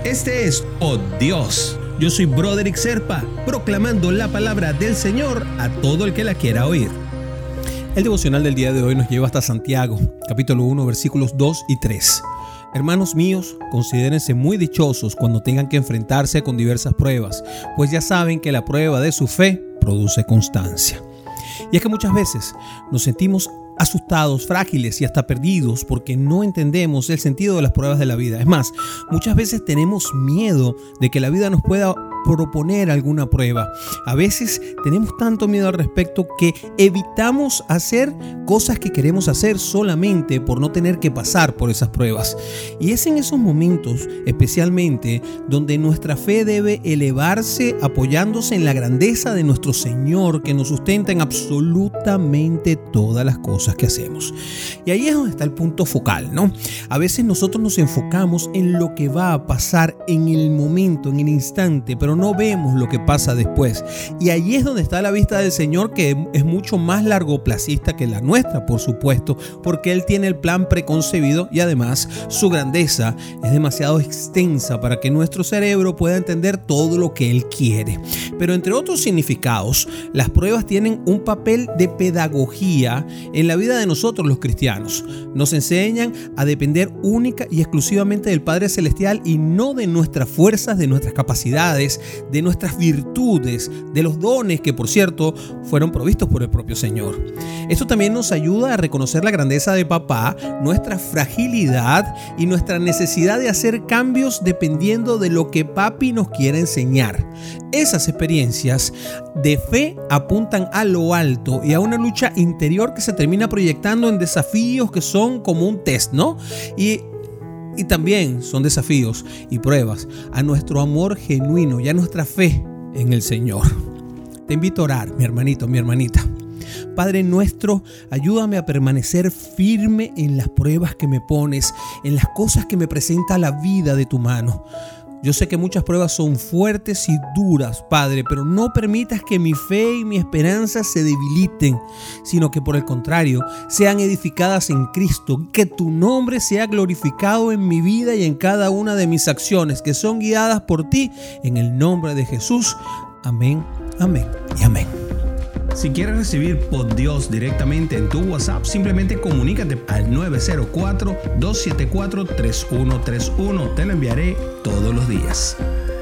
Este es Oh Dios. Yo soy Broderick Serpa, proclamando la palabra del Señor a todo el que la quiera oír. El devocional del día de hoy nos lleva hasta Santiago, capítulo 1, versículos 2 y 3. Hermanos míos, considérense muy dichosos cuando tengan que enfrentarse con diversas pruebas, pues ya saben que la prueba de su fe produce constancia. Y es que muchas veces nos sentimos asustados, frágiles y hasta perdidos porque no entendemos el sentido de las pruebas de la vida. Es más, muchas veces tenemos miedo de que la vida nos pueda proponer alguna prueba. A veces tenemos tanto miedo al respecto que evitamos hacer cosas que queremos hacer solamente por no tener que pasar por esas pruebas. Y es en esos momentos, especialmente, donde nuestra fe debe elevarse apoyándose en la grandeza de nuestro Señor, que nos sustenta en absolutamente todas las cosas que hacemos. Y ahí es donde está el punto focal, ¿no? A veces nosotros nos enfocamos en lo que va a pasar en el momento, en el instante, pero no vemos lo que pasa después. Y ahí es donde está la vista del Señor, que es mucho más largoplacista que la nuestra, por supuesto, porque Él tiene el plan preconcebido y además su grandeza es demasiado extensa para que nuestro cerebro pueda entender todo lo que Él quiere. Pero entre otros significados, las pruebas tienen un papel de pedagogía en la vida de nosotros los cristianos. Nos enseñan a depender única y exclusivamente del Padre Celestial y no de nuestras fuerzas, de nuestras capacidades, de nuestras virtudes, de los dones que, por cierto, fueron provistos por el propio Señor. Esto también nos ayuda a reconocer la grandeza de Papá, nuestra fragilidad y nuestra necesidad de hacer cambios dependiendo de lo que Papi nos quiera enseñar. Esas experiencias de fe apuntan a lo alto y a una lucha interior que se termina proyectando en desafíos que son como un test, ¿no? Y también son desafíos y pruebas a nuestro amor genuino y a nuestra fe en el Señor. Te invito a orar, mi hermanito, mi hermanita. Padre nuestro, ayúdame a permanecer firme en las pruebas que me pones, en las cosas que me presenta la vida de tu mano. Yo sé que muchas pruebas son fuertes y duras, Padre, pero no permitas que mi fe y mi esperanza se debiliten, sino que por el contrario, sean edificadas en Cristo, que tu nombre sea glorificado en mi vida y en cada una de mis acciones, que son guiadas por ti, en el nombre de Jesús. Amén, amén y amén. Si quieres recibir por Dios directamente en tu WhatsApp, simplemente comunícate al 904-274-3131. Te lo enviaré todos los días.